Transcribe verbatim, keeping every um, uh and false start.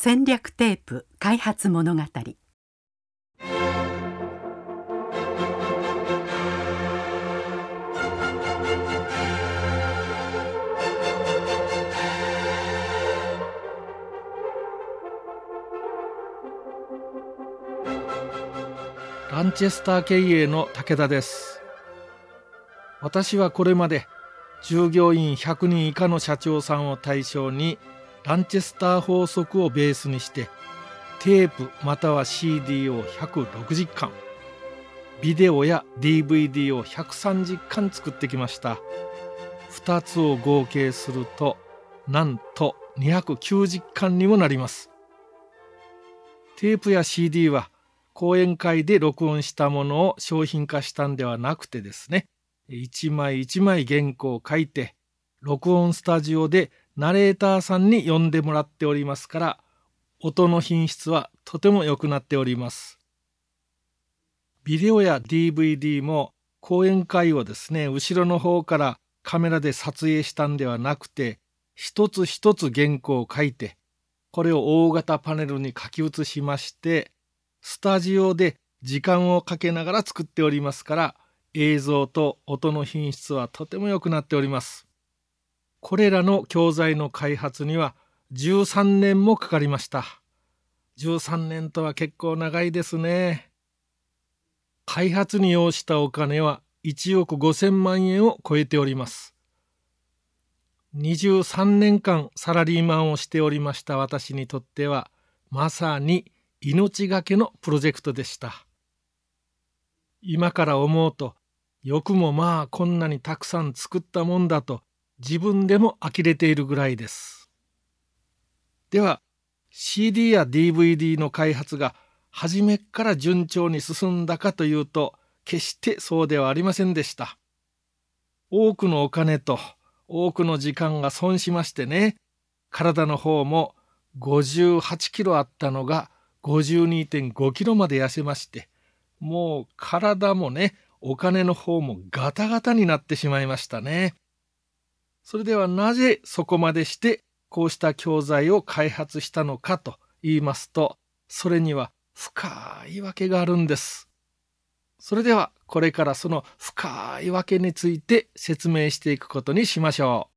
戦略テープ開発物語。 ランチェスター経営の武田です。私はこれまで従業員ひゃくにん以下の社長さんを対象にランチェスター法則をベースにしてテープまたは シーディー をひゃくろくじゅっかん、ビデオや ディーブイディー をひゃくさんじゅっかん作ってきました。ふたつを合計するとなんとにひゃくきゅうじゅっかんにもなります。テープや シーディー は講演会で録音したものを商品化したんではなくてですね、一枚一枚原稿を書いて録音スタジオでナレーターさんに読んでもらっておりますから、音の品質はとても良くなっております。ビデオや ディーブイディー も講演会をですね、後ろの方からカメラで撮影したんではなくて、一つ一つ原稿を書いて、これを大型パネルに書き写しまして、スタジオで時間をかけながら作っておりますから、映像と音の品質はとても良くなっております。これらの教材の開発にはじゅうさんねんもかかりました。じゅうさんねんとは結構長いですね。開発に要したお金はいちおくごせんまんえんを超えております。にじゅうさんねんかんサラリーマンをしておりました私にとっては、まさに命がけのプロジェクトでした。今から思うと、よくもまあこんなにたくさん作ったもんだと自分でも呆れているぐらいです。では シーディー や ディーブイディー の開発が初めから順調に進んだかというと、決してそうではありませんでした。多くのお金と多くの時間が損しましてね、体の方もごじゅうはちキロあったのが ごじゅうにてんごキロまで痩せまして、もう体もね、お金の方もガタガタになってしまいましたね。それではなぜそこまでしてこうした教材を開発したのかと言いますと、それには深いわけがあるんです。それではこれからその深いわけについて説明していくことにしましょう。